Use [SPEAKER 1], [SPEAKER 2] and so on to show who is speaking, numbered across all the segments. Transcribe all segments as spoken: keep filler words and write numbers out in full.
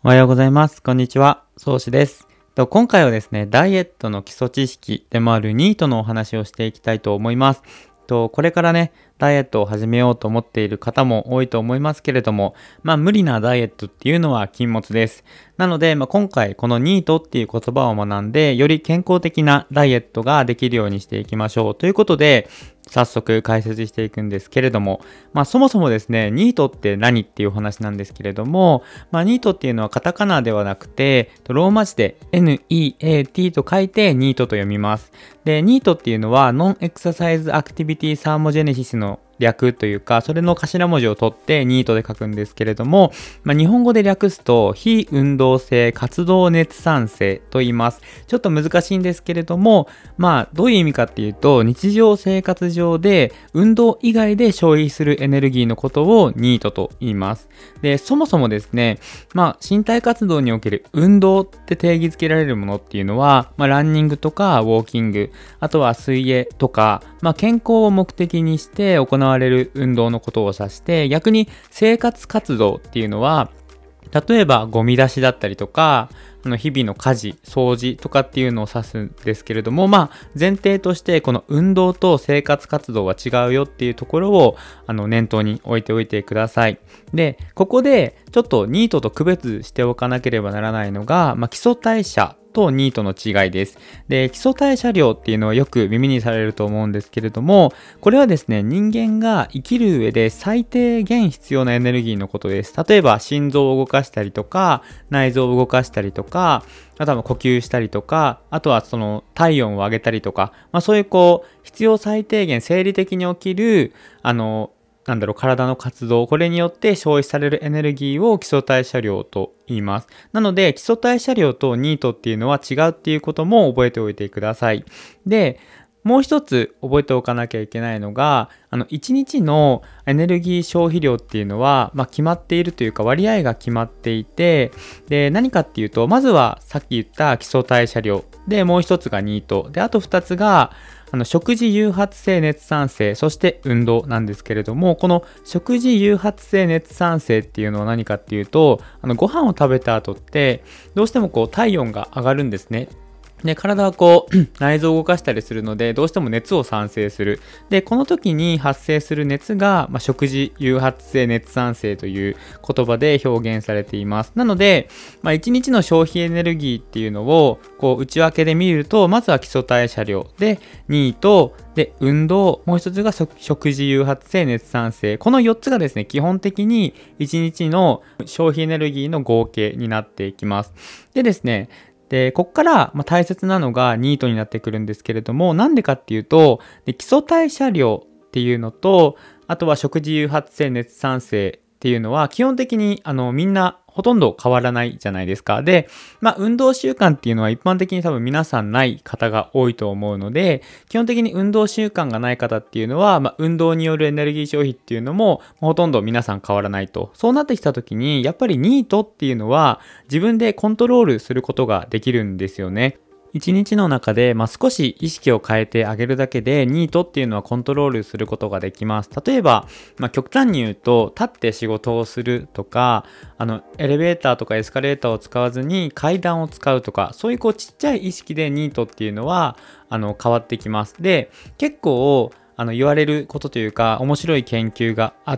[SPEAKER 1] おはようございます。こんにちは。そうしです。と今回はですね、ダイエットの基礎知識でもあるニートのお話をしていきたいと思います。とこれからね、ダイエットを始めようと思っている方も多いと思いますけれども、まあ無理なダイエットっていうのは禁物です。なので、まあ、今回このニートっていう言葉を学んで、より健康的なダイエットができるようにしていきましょうということで、早速解説していくんですけれども、まあそもそもですね、ニートって何っていうお話なんですけれども、まあニートっていうのはカタカナではなくて、ローマ字で エヌイーエーティー と書いてニートと読みます。で、ニートっていうのはノンエクササイズアクティビティサーモジェネシスの略というか、それの頭文字を取ってニートで書くんですけれども、まあ、日本語で略すと非運動性活動熱産性と言います。ちょっと難しいんですけれども、まあどういう意味かっていうと、日常生活上で運動以外で消費するエネルギーのことをニートと言います。で、そもそもですね、まあ身体活動における運動って定義づけられるものっていうのは、まあランニングとかウォーキング、あとは水泳とか、まあ健康を目的にして行われる運動のことを指して、逆に生活活動っていうのは、例えばゴミ出しだったりとか、あの日々の家事、掃除とかっていうのを指すんですけれども、まあ前提としてこの運動と生活活動は違うよっていうところをあの念頭に置いておいてください。で、ここでちょっとニートと区別しておかなければならないのが、まあ、基礎代謝とニートの違いです。で、基礎代謝量っていうのはよく耳にされると思うんですけれども、これはですね、人間が生きる上で最低限必要なエネルギーのことです。例えば心臓を動かしたりとか、内臓を動かしたりとか、あとは呼吸したりとか、あとはその体温を上げたりとか、まあそういうこう必要最低限生理的に起きるあのなんだろう、体の活動、これによって消費されるエネルギーを基礎代謝量と言います。なので、基礎代謝量とニートっていうのは違うっていうことも覚えておいてください。で、もう一つ覚えておかなきゃいけないのが、あの、いちにちのエネルギー消費量っていうのは、まあ、決まっているというか割合が決まっていて、で、何かっていうと、まずはさっき言った基礎代謝量。で、もう一つがニート。で、あと二つが、あの食事誘発性熱産性、そして運動なんですけれども、この食事誘発性熱産性っていうのは何かっていうと、あのご飯を食べた後ってどうしてもこう体温が上がるんですね。で、体はこう内臓を動かしたりするので、どうしても熱を産生する。で、この時に発生する熱が、まあ、食事誘発性熱産生という言葉で表現されています。なので、まあ、いちにちの消費エネルギーっていうのをこう内訳で見ると、まずは基礎代謝量で、ニートで運動、もう一つが食事誘発性熱産生。このよっつがですね、基本的にいちにちの消費エネルギーの合計になっていきます。でですね、で、ここからまあ大切なのがニートになってくるんですけれども、なんでかっていうと、で基礎代謝量っていうのと、あとは食事誘発性熱産生っていうのは基本的にあのみんなほとんど変わらないじゃないですか。で、まあ運動習慣っていうのは一般的に多分皆さんない方が多いと思うので、基本的に運動習慣がない方っていうのは、まあ運動によるエネルギー消費っていうのもほとんど皆さん変わらないと。そうなってきた時に、やっぱりニートっていうのは自分でコントロールすることができるんですよね。一日の中で、まあ、少し意識を変えてあげるだけでニートっていうのはコントロールすることができます。例えば、まあ、極端に言うと立って仕事をするとか、あのエレベーターとかエスカレーターを使わずに階段を使うとか、そういうこうちっちゃい意識でニートっていうのはあの変わってきます。で、結構あの言われることというか面白い研究があって、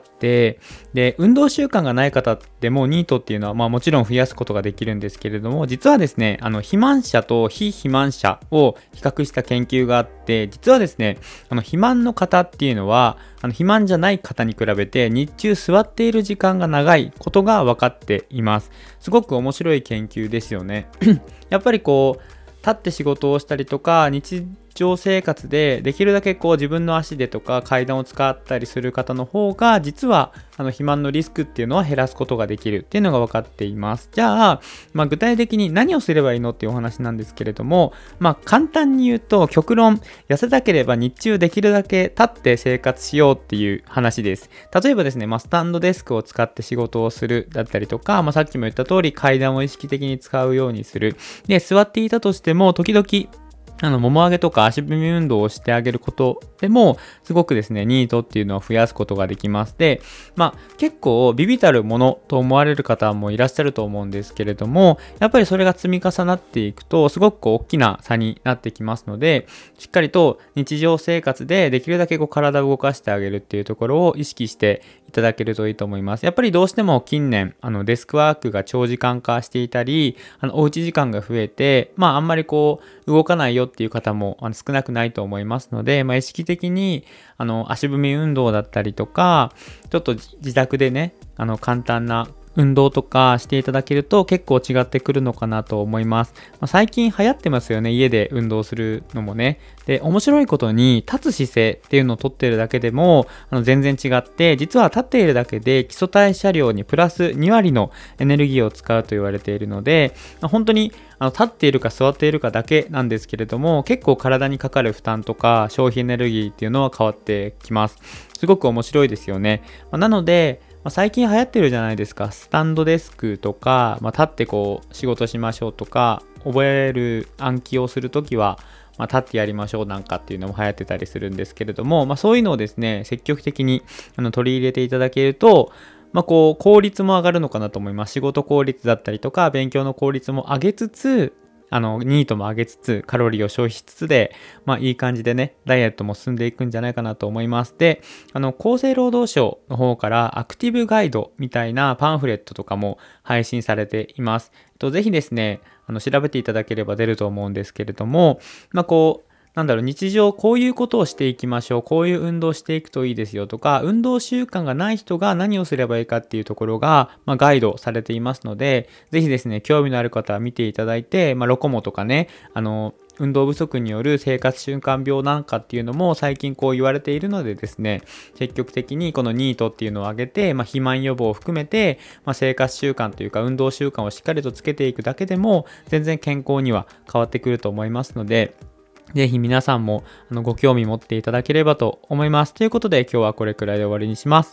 [SPEAKER 1] で運動習慣がない方でもニートっていうのはまあもちろん増やすことができるんですけれども、実はですね、あの肥満者と非肥満者を比較した研究があって、実はですね、あの肥満の方っていうのはあの肥満じゃない方に比べて日中座っている時間が長いことが分かっています。すごく面白い研究ですよね。やっぱりこう立って仕事をしたりとか、日常生活でできるだけこう自分の足でとか階段を使ったりする方の方が、実はあの肥満のリスクっていうのは減らすことができるっていうのが分かっています。じゃあ、まあ、具体的に何をすればいいのっていうお話なんですけれども、まあ簡単に言うと、極論痩せたければ日中できるだけ立って生活しようっていう話です。例えばですね、まあ、スタンドデスクを使って仕事をするだったりとか、まあ、さっきも言った通り階段を意識的に使うようにする。で、座っていたとしても時々 あの、もも上げとか足踏み運動をしてあげることでも、すごくですね、ニートっていうのを増やすことができます。で、まあ、結構ビビたるものと思われる方もいらっしゃると思うんですけれども、やっぱりそれが積み重なっていくと、すごくこう大きな差になってきますので、しっかりと日常生活でできるだけこう体を動かしてあげるっていうところを意識していただけるといいと思います。やっぱりどうしても近年、あの、デスクワークが長時間化していたり、あの、おうち時間が増えて、まあ、あんまりこう、動かないよっていう方もあの少なくないと思いますので、まあ、意識的にあの足踏み運動だったりとか、ちょっと自宅でね、あの簡単な運動とかしていただけると結構違ってくるのかなと思います。まあ、最近流行ってますよね、家で運動するのもね。で、面白いことに立つ姿勢っていうのをとっているだけでもあの全然違って、実は立っているだけで基礎代謝量にプラスに割のエネルギーを使うと言われているので、本当にあの立っているか座っているかだけなんですけれども、結構体にかかる負担とか消費エネルギーっていうのは変わってきます。すごく面白いですよね。まあ、なので、まあ、最近流行ってるじゃないですか。スタンドデスクとか、まあ、立ってこう仕事しましょうとか、覚える暗記をするときは、まあ、立ってやりましょうなんかっていうのも流行ってたりするんですけれども、まあ、そういうのをですね、積極的にあの取り入れていただけると、まあ、こう効率も上がるのかなと思います。仕事効率だったりとか、勉強の効率も上げつつ、あの、ニートも上げつつ、カロリーを消費しつつで、まあいい感じでね、ダイエットも進んでいくんじゃないかなと思います。で、あの、厚生労働省の方からアクティブガイドみたいなパンフレットとかも配信されています。とぜひですね、あの、調べていただければ出ると思うんですけれども、まあこう、なんだろう、日常こういうことをしていきましょう、こういう運動していくといいですよとか、運動習慣がない人が何をすればいいかっていうところが、まあ、ガイドされていますので、ぜひですね、興味のある方は見ていただいて、まあ、ロコモとかね、あの、運動不足による生活習慣病なんかっていうのも最近こう言われているのでですね、積極的にこのニートっていうのを上げて、まあ、肥満予防を含めて、まあ、生活習慣というか運動習慣をしっかりとつけていくだけでも全然健康には変わってくると思いますので、ぜひ皆さんもあのご興味持っていただければと思います。ということで今日はこれくらいで終わりにします。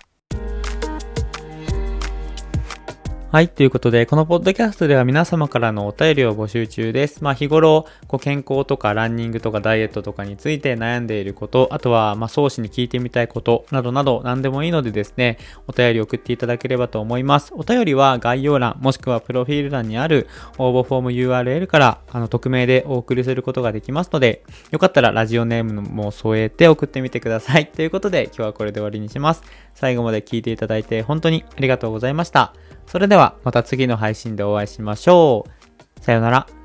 [SPEAKER 1] はい。ということで、このポッドキャストでは皆様からのお便りを募集中です。まあ、日頃、こう健康とかランニングとかダイエットとかについて悩んでいること、あとは、まあ、講師に聞いてみたいことなどなど何でもいいのでですね、お便り送っていただければと思います。お便りは概要欄、もしくはプロフィール欄にある応募フォーム ユーアールエル から、あの、匿名でお送りすることができますので、よかったらラジオネームも添えて送ってみてください。ということで、今日はこれで終わりにします。最後まで聞いていただいて本当にありがとうございました。それではまた次の配信でお会いしましょう。さようなら。